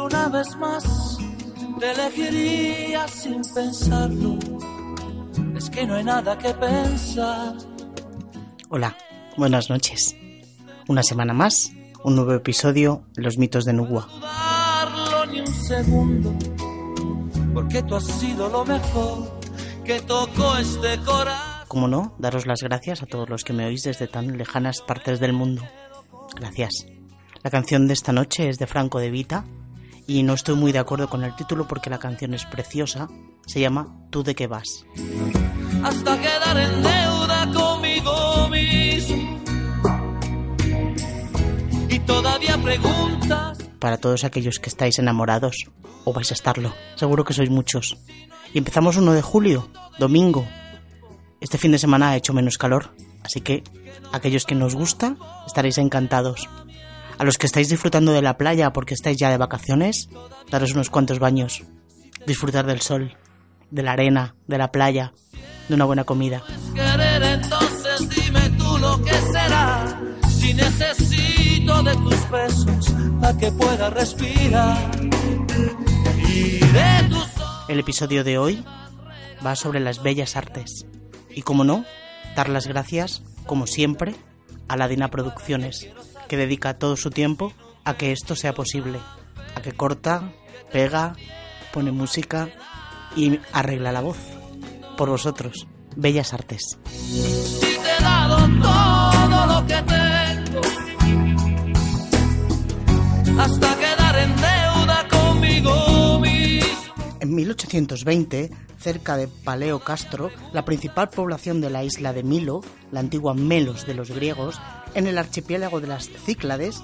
una vez más, te elegiría sin pensarlo. Es que no hay nada que pensar. Hola, buenas noches. Una semana más, un nuevo episodio de Los mitos de Nubua. No dudarlo ni un segundo, porque tú has sido lo mejor que tocó este corazón. Como no, daros las gracias a todos los que me oís desde tan lejanas partes del mundo. Gracias. La canción de esta noche es de Franco De Vita y no estoy muy de acuerdo con el título porque la canción es preciosa. Se llama ¿Tú de qué vas? Hasta quedar en deuda conmigo mismo. Y todavía preguntas. Para todos aquellos que estáis enamorados, o vais a estarlo, seguro que sois muchos. Y empezamos 1 de julio, domingo. Este fin de semana ha hecho menos calor, así que aquellos que nos gusta estaréis encantados. A los que estáis disfrutando de la playa porque estáis ya de vacaciones, daros unos cuantos baños. Disfrutar del sol, de la arena, de la playa, de una buena comida. Querer, entonces dime tú lo que será. Si necesito de tus besos para que pueda respirar. Y de tus... El episodio de hoy va sobre las bellas artes. Y como no, dar las gracias, como siempre, a la Dina Producciones, que dedica todo su tiempo a que esto sea posible, a que corta, pega, pone música y arregla la voz. Por vosotros, bellas artes. Si te he dado todo lo que tengo, hasta quedar en deuda conmigo mismo. En 1820, cerca de Paleo Castro, la principal población de la isla de Milo, la antigua Melos de los griegos, en el archipiélago de las Cíclades,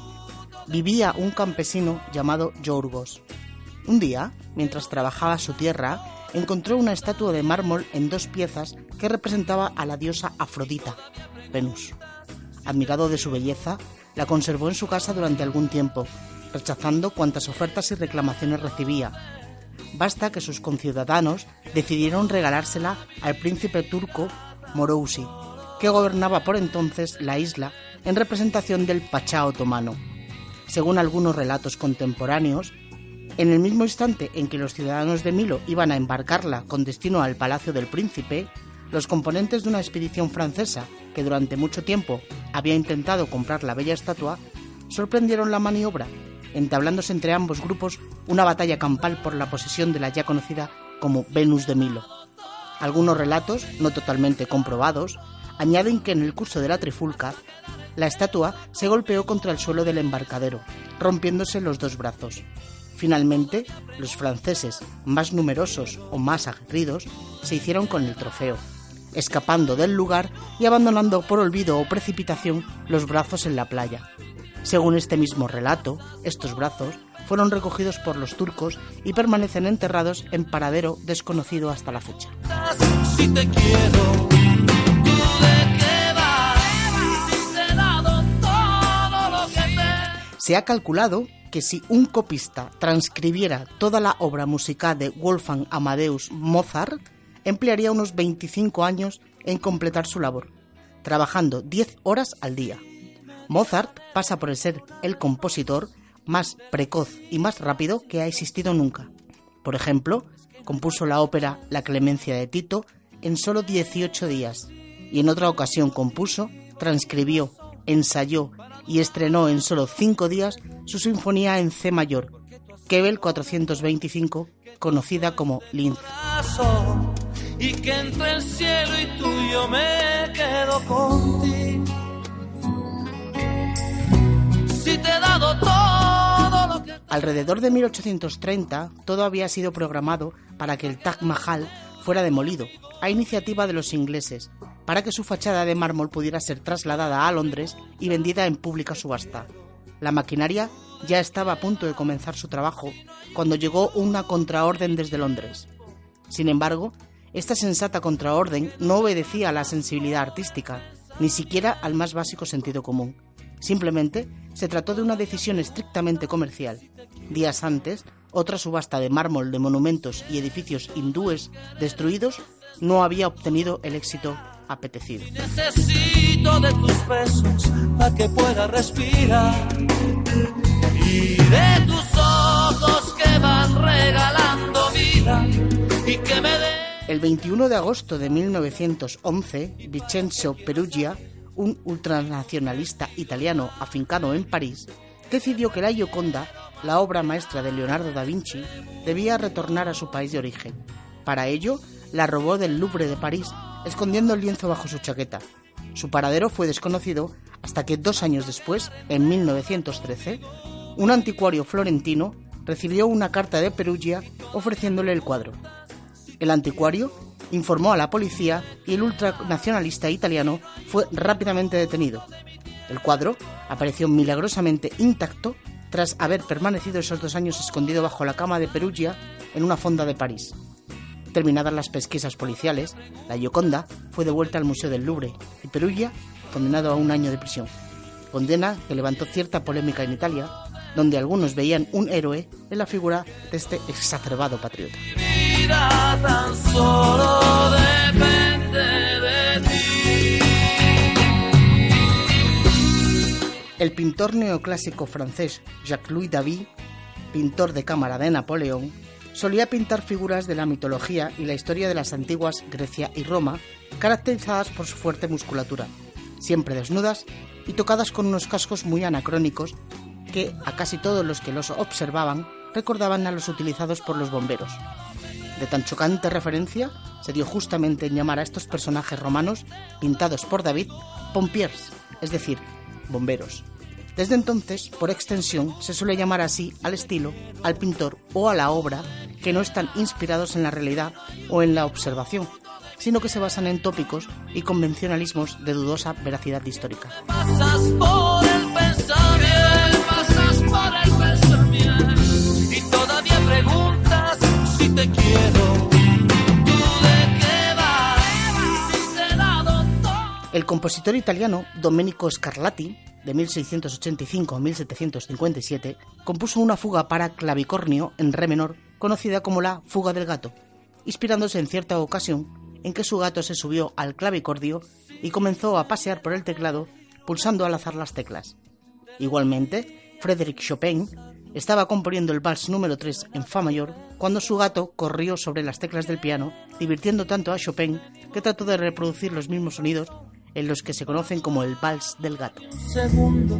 vivía un campesino llamado Yorgos. Un día, mientras trabajaba su tierra, encontró una estatua de mármol en 2 piezas que representaba a la diosa Afrodita, Venus. Admirado de su belleza, la conservó en su casa durante algún tiempo, rechazando cuantas ofertas y reclamaciones recibía. Basta que sus conciudadanos decidieron regalársela al príncipe turco Morouzi, que gobernaba por entonces la isla en representación del Pachá otomano. Según algunos relatos contemporáneos, en el mismo instante en que los ciudadanos de Milo iban a embarcarla con destino al palacio del príncipe, los componentes de una expedición francesa que durante mucho tiempo había intentado comprar la bella estatua, sorprendieron la maniobra, entablándose entre ambos grupos una batalla campal por la posesión de la ya conocida como Venus de Milo. Algunos relatos, no totalmente comprobados, añaden que en el curso de la trifulca, la estatua se golpeó contra el suelo del embarcadero, rompiéndose los 2 brazos. Finalmente, los franceses, más numerosos o más aguerridos, se hicieron con el trofeo, escapando del lugar y abandonando por olvido o precipitación los brazos en la playa. Según este mismo relato, estos brazos fueron recogidos por los turcos y permanecen enterrados en paradero desconocido hasta la fecha. Si te quiero, ¿tú de qué vas? Si te he dado todo lo que te... Se ha calculado que si un copista transcribiera toda la obra musical de Wolfgang Amadeus Mozart, emplearía unos 25 años en completar su labor, trabajando 10 horas al día. Mozart pasa por ser el compositor más precoz y más rápido que ha existido nunca. Por ejemplo, compuso la ópera La Clemencia de Tito en solo 18 días, y en otra ocasión compuso, transcribió, ensayó y estrenó en solo 5 días su sinfonía en C mayor, Kebel 425, conocida como Linz. Y que entre el cielo y tú yo me quedo contigo. Si te he dado todo lo que... Alrededor de 1830, todo había sido programado para que el Taj Mahal fuera demolido, a iniciativa de los ingleses, para que su fachada de mármol pudiera ser trasladada a Londres y vendida en pública subasta. La maquinaria ya estaba a punto de comenzar su trabajo cuando llegó una contraorden desde Londres. Sin embargo, esta sensata contraorden no obedecía a la sensibilidad artística, ni siquiera al más básico sentido común. Simplemente se trató de una decisión estrictamente comercial. Días antes, otra subasta de mármol de monumentos y edificios hindúes destruidos no había obtenido el éxito apetecido. Necesito de tus besos para que pueda respirar y de tus ojos El 21 de agosto de 1911, Vincenzo Peruggia, un ultranacionalista italiano afincado en París, decidió que la Gioconda, la obra maestra de Leonardo da Vinci, debía retornar a su país de origen. Para ello, la robó del Louvre de París, escondiendo el lienzo bajo su chaqueta. Su paradero fue desconocido hasta que 2 años después, en 1913, un anticuario florentino recibió una carta de Peruggia ofreciéndole el cuadro. El anticuario informó a la policía y el ultranacionalista italiano fue rápidamente detenido. El cuadro apareció milagrosamente intacto tras haber permanecido esos 2 años escondido bajo la cama de Peruggia en una fonda de París. Terminadas las pesquisas policiales, la Gioconda fue devuelta al Museo del Louvre y Peruggia condenado a 1 año de prisión. Condena que levantó cierta polémica en Italia, donde algunos veían un héroe en la figura de este exacerbado patriota. Tan solo depende de ti. El pintor neoclásico francés Jacques-Louis David, pintor de cámara de Napoleón, solía pintar figuras de la mitología y la historia de las antiguas Grecia y Roma, caracterizadas por su fuerte musculatura, siempre desnudas y tocadas con unos cascos muy anacrónicos que a casi todos los que los observaban recordaban a los utilizados por los bomberos. De tan chocante referencia se dio justamente en llamar a estos personajes romanos, pintados por David, pompiers, es decir, bomberos. Desde entonces, por extensión, se suele llamar así al estilo, al pintor o a la obra que no están inspirados en la realidad o en la observación, sino que se basan en tópicos y convencionalismos de dudosa veracidad histórica. Pasas por el pensamiento y todavía preguntas si te quiero. ¿Tú de qué vas? Si será doctor. El compositor italiano Domenico Scarlatti, de 1685 a 1757, compuso una fuga para clavicornio en re menor, conocida como la Fuga del Gato, inspirándose en cierta ocasión en que su gato se subió al clavicordio y comenzó a pasear por el teclado pulsando al azar las teclas. Igualmente, Frédéric Chopin estaba componiendo el vals número 3 en fa mayor cuando su gato corrió sobre las teclas del piano, divirtiendo tanto a Chopin que trató de reproducir los mismos sonidos en los que se conocen como el vals del gato. Segundo,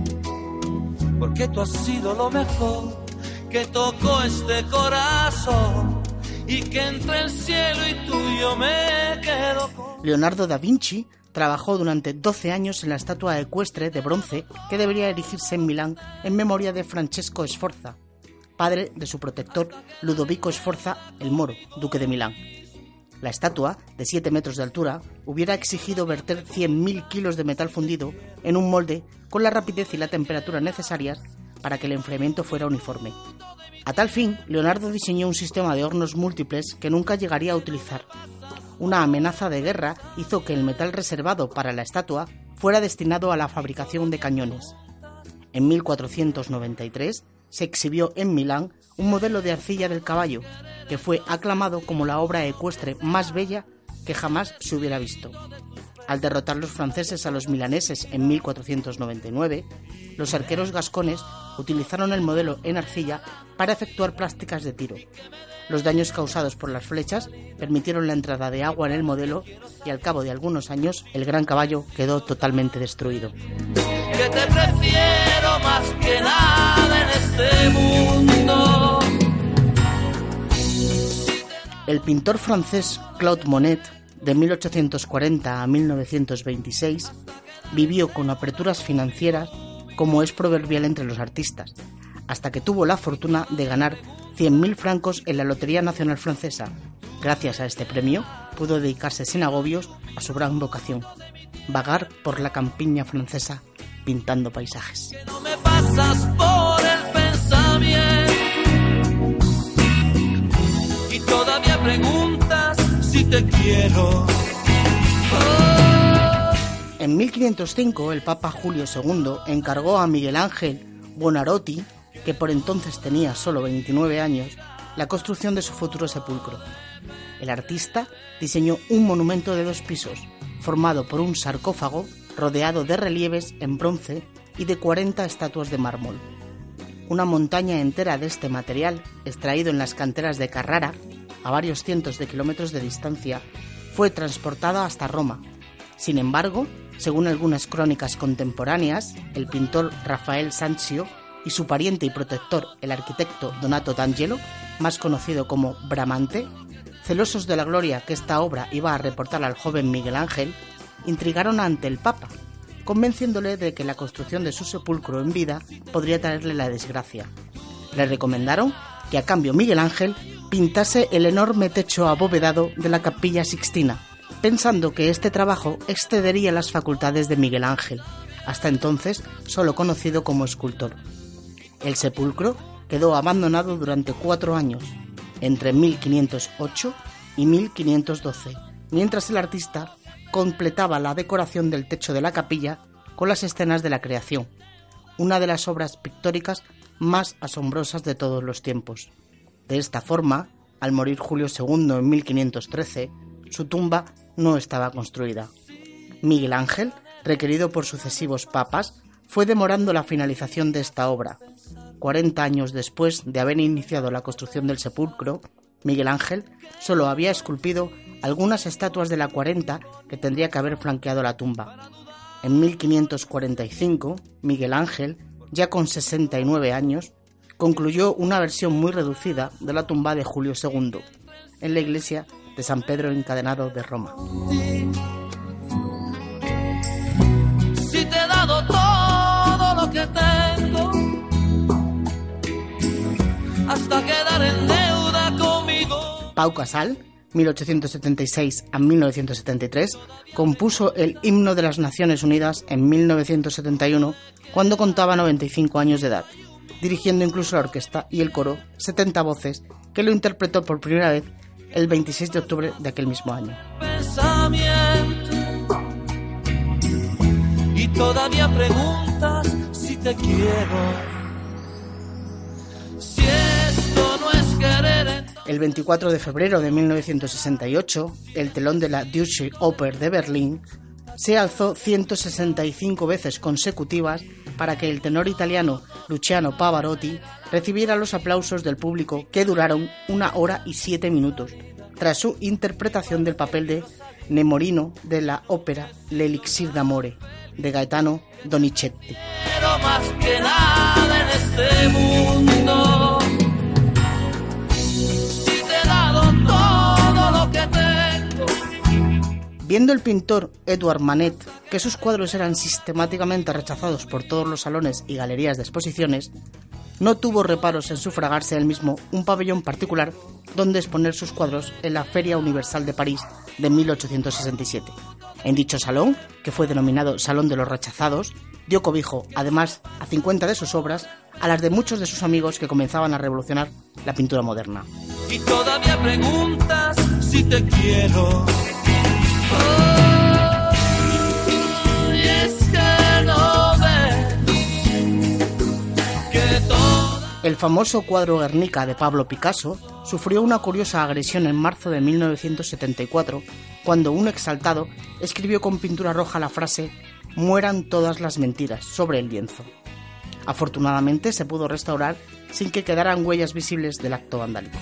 porque tú has sido lo mejor que tocó este corazón y que entre el cielo y tú yo me quedo con... Leonardo da Vinci trabajó durante 12 años en la estatua ecuestre de bronce que debería erigirse en Milán en memoria de Francesco Sforza, padre de su protector Ludovico Sforza el Moro, duque de Milán. La estatua, de 7 metros de altura, hubiera exigido verter 100.000 kilos de metal fundido en un molde con la rapidez y la temperatura necesarias para que el enfriamiento fuera uniforme. A tal fin, Leonardo diseñó un sistema de hornos múltiples que nunca llegaría a utilizar. Una amenaza de guerra hizo que el metal reservado para la estatua fuera destinado a la fabricación de cañones. En 1493 se exhibió en Milán un modelo de arcilla del caballo, que fue aclamado como la obra ecuestre más bella que jamás se hubiera visto. Al derrotar los franceses a los milaneses en 1499, los arqueros gascones utilizaron el modelo en arcilla para efectuar prácticas de tiro. Los daños causados por las flechas permitieron la entrada de agua en el modelo y al cabo de algunos años el gran caballo quedó totalmente destruido. Que te prefiero más que nada en este mundo. El pintor francés Claude Monet, de 1840 a 1926, vivió con aperturas financieras como es proverbial entre los artistas, hasta que tuvo la fortuna de ganar 100.000 francos en la Lotería Nacional Francesa. Gracias a este premio, pudo dedicarse sin agobios a su gran vocación, vagar por la campiña francesa pintando paisajes. No me pasas por el pensamiento y todavía preguntas si te quiero. En 1505, el Papa Julio II encargó a Miguel Ángel Buonarroti, que por entonces tenía solo 29 años, la construcción de su futuro sepulcro. El artista diseñó un monumento de 2 pisos, formado por un sarcófago rodeado de relieves en bronce y de 40 estatuas de mármol. Una montaña entera de este material, extraído en las canteras de Carrara, a varios cientos de kilómetros de distancia, fue transportada hasta Roma. Sin embargo, según algunas crónicas contemporáneas, el pintor Rafael Sanzio y su pariente y protector, el arquitecto Donato d'Angelo, más conocido como Bramante, celosos de la gloria que esta obra iba a reportar al joven Miguel Ángel, intrigaron ante el Papa, convenciéndole de que la construcción de su sepulcro en vida podría traerle la desgracia. Le recomendaron que a cambio Miguel Ángel pintase el enorme techo abovedado de la Capilla Sixtina, pensando que este trabajo excedería las facultades de Miguel Ángel, hasta entonces solo conocido como escultor. El sepulcro quedó abandonado durante 4 años, entre 1508 y 1512, mientras el artista completaba la decoración del techo de la capilla con las escenas de la creación, una de las obras pictóricas más asombrosas de todos los tiempos. De esta forma, al morir Julio II en 1513, su tumba no estaba construida. Miguel Ángel, requerido por sucesivos papas, fue demorando la finalización de esta obra. 40 años después de haber iniciado la construcción del sepulcro, Miguel Ángel solo había esculpido algunas estatuas de la 40 que tendría que haber flanqueado la tumba. En 1545, Miguel Ángel, ya con 69 años, concluyó una versión muy reducida de la tumba de Julio II, en la iglesia de San Pedro Encadenado de Roma. Si te he dado todo lo que tengo, hasta quedar en deuda conmigo. Pau Casals, 1876 a 1973, compuso el Himno de las Naciones Unidas en 1971, cuando contaba 95 años de edad, dirigiendo incluso la orquesta y el coro 70 voces, que lo interpretó por primera vez el 26 de octubre de aquel mismo año. Y todavía preguntas si te quiero. Si esto no es querer. El 24 de febrero de 1968, el telón de la Deutsche Oper de Berlín se alzó 165 veces consecutivas para que el tenor italiano Luciano Pavarotti recibiera los aplausos del público, que duraron 1 hora y 7 minutos, tras su interpretación del papel de Nemorino de la ópera L'Elixir d'Amore de Gaetano Donizetti. Pero más que nada en este mundo, si te he dado todo lo que tengo. Viendo el pintor Edouard Manet que sus cuadros eran sistemáticamente rechazados por todos los salones y galerías de exposiciones, no tuvo reparos en sufragarse él mismo un pabellón particular donde exponer sus cuadros en la Feria Universal de París de 1867. En dicho salón, que fue denominado Salón de los Rechazados, dio cobijo, además, a 50 de sus obras, a las de muchos de sus amigos que comenzaban a revolucionar la pintura moderna. Y todavía preguntas si te quiero. Y es que no ves que El famoso cuadro Guernica de Pablo Picasso sufrió una curiosa agresión en marzo de 1974, cuando un exaltado escribió con pintura roja la frase «Mueran todas las mentiras» sobre el lienzo. Afortunadamente se pudo restaurar sin que quedaran huellas visibles del acto vandálico.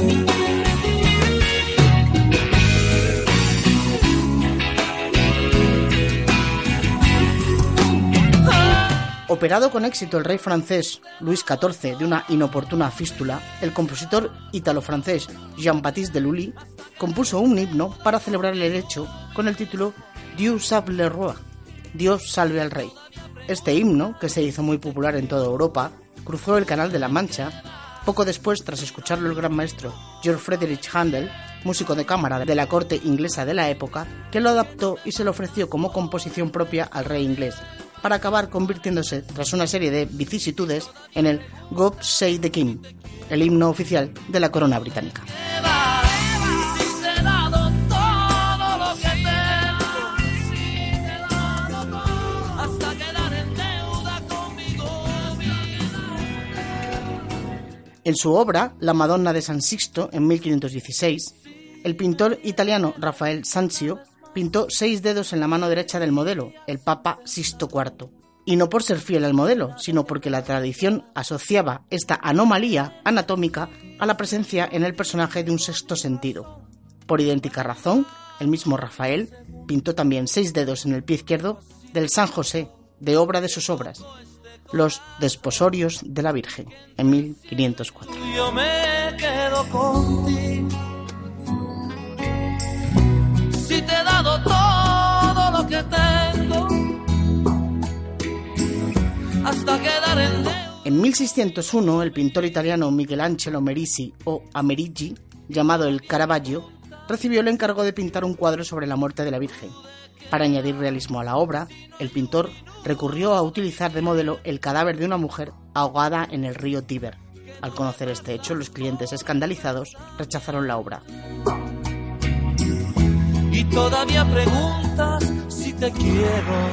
Operado con éxito el rey francés Luis XIV de una inoportuna fístula, el compositor ítalo-francés Jean-Baptiste de Lully compuso un himno para celebrar el hecho con el título Dieu salve le roi, Dios salve al rey. Este himno, que se hizo muy popular en toda Europa, cruzó el Canal de la Mancha poco después, tras escucharlo el gran maestro Georg Friedrich Händel, músico de cámara de la corte inglesa de la época, que lo adaptó y se lo ofreció como composición propia al rey inglés, para acabar convirtiéndose, tras una serie de vicisitudes, en el God Save the King, el himno oficial de la corona británica. En su obra, La Madonna de San Sixto, en 1516, el pintor italiano Rafael Sanzio pintó 6 dedos en la mano derecha del modelo, el Papa Sixto IV, Y no por ser fiel al modelo, sino porque la tradición asociaba esta anomalía anatómica a la presencia en el personaje de un sexto sentido. Por idéntica razón, el mismo Rafael pintó también 6 dedos en el pie izquierdo del San José, de obra de sus obras, los Desposorios de la Virgen, en 1504. Yo me quedo contigo. Si te he dado todo lo que tengo, hasta quedar en deuda. En 1601, el pintor italiano Michelangelo Merisi, o Amerigi, llamado el Caravaggio, recibió el encargo de pintar un cuadro sobre la muerte de la Virgen. Para añadir realismo a la obra, el pintor recurrió a utilizar de modelo el cadáver de una mujer ahogada en el río Tíber. Al conocer este hecho, los clientes escandalizados rechazaron la obra. Y todavía preguntas si te quiero.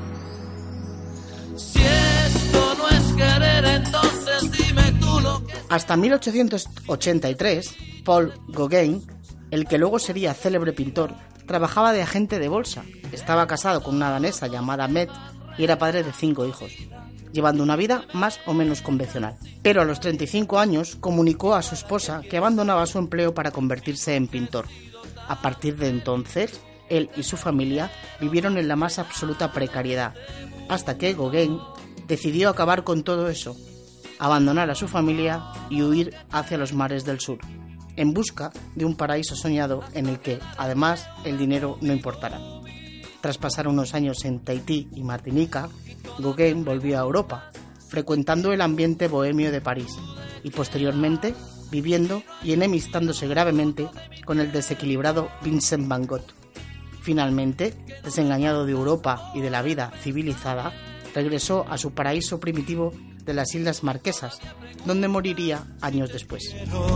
Si esto no es querer, entonces dime tú lo que... Hasta 1883, Paul Gauguin, el que luego sería célebre pintor, trabajaba de agente de bolsa. Estaba casado con una danesa llamada Mette y era padre de 5 hijos, llevando una vida más o menos convencional. Pero a los 35 años comunicó a su esposa que abandonaba su empleo para convertirse en pintor. A partir de entonces, él y su familia vivieron en la más absoluta precariedad, hasta que Gauguin decidió acabar con todo eso, abandonar a su familia y huir hacia los mares del sur, en busca de un paraíso soñado en el que, además, el dinero no importara. Tras pasar unos años en Tahití y Martinica, Gauguin volvió a Europa, frecuentando el ambiente bohemio de París y posteriormente viviendo y enemistándose gravemente con el desequilibrado Vincent van Gogh. Finalmente, desengañado de Europa y de la vida civilizada, regresó a su paraíso primitivo de las Islas Marquesas, donde moriría años después.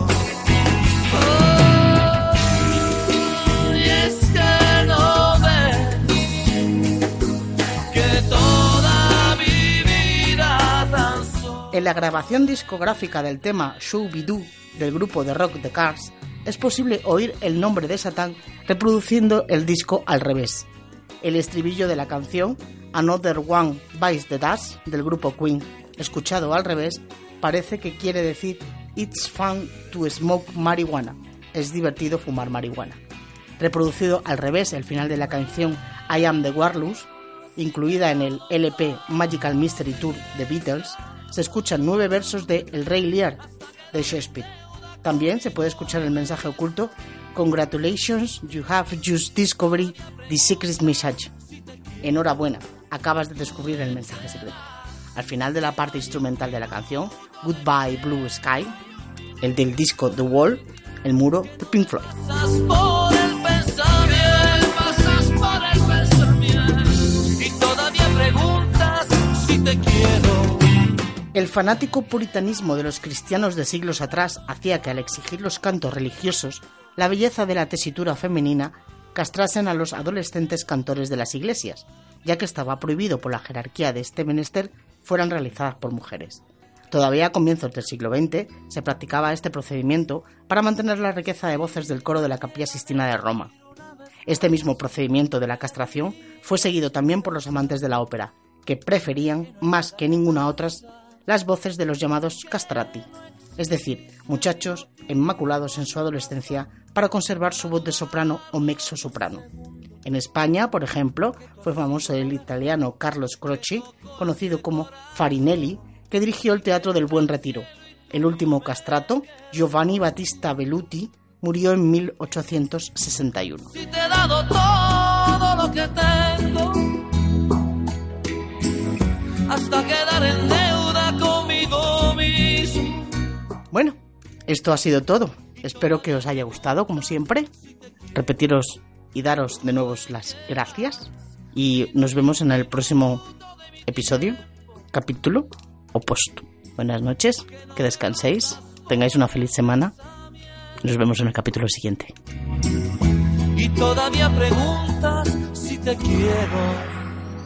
En la grabación discográfica del tema Shoo-Be-Doo del grupo de rock The Cars, es posible oír el nombre de Satán reproduciendo el disco al revés. El estribillo de la canción Another One Bites the Dust del grupo Queen, escuchado al revés, parece que quiere decir It's fun to smoke marijuana, es divertido fumar marihuana. Reproducido al revés el final de la canción I Am the Warloose, incluida en el LP Magical Mystery Tour de Beatles, se escuchan 9 versos de El Rey Lear de Shakespeare. También se puede escuchar el mensaje oculto Congratulations, you have just discovered the secret message. Enhorabuena, acabas de descubrir el mensaje secreto. Al final de la parte instrumental de la canción, Goodbye Blue Sky, el del disco The Wall, el muro de Pink Floyd. Pasas por el pensamiento, y todavía preguntas si te quiero. El fanático puritanismo de los cristianos de siglos atrás hacía que al exigir los cantos religiosos, la belleza de la tesitura femenina castrasen a los adolescentes cantores de las iglesias, ya que estaba prohibido por la jerarquía de este menester fueran realizadas por mujeres. Todavía a comienzos del siglo XX se practicaba este procedimiento para mantener la riqueza de voces del coro de la Capilla Sixtina de Roma. Este mismo procedimiento de la castración fue seguido también por los amantes de la ópera, que preferían, más que ninguna otra, las voces de los llamados castrati, es decir, muchachos inmaculados en su adolescencia para conservar su voz de soprano o mezzosoprano. En España, por ejemplo, fue famoso el italiano Carlos Croce, conocido como Farinelli, que dirigió el Teatro del Buen Retiro. El último castrato, Giovanni Battista Velluti, murió en 1861. Si te he dado todo lo que tengo, hasta quedar en deuda conmigo mismo. Bueno, esto ha sido todo. Espero que os haya gustado, como siempre. Repetiros y daros de nuevo las gracias. Y nos vemos en el próximo episodio, capítulo o post. Buenas noches, que descanséis, tengáis una feliz semana. Nos vemos en el capítulo siguiente. Y todavía preguntas si te quiero.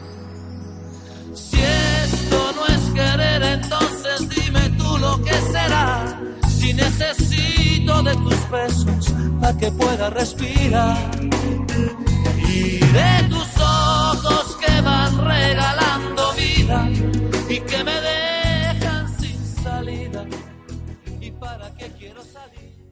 Si esto no es querer, entonces dime tú lo que será. Si necesito de tus besos para que pueda respirar, y de tus ojos que van regalando vida, y que me dejan sin salida. ¿Y para qué quiero salir?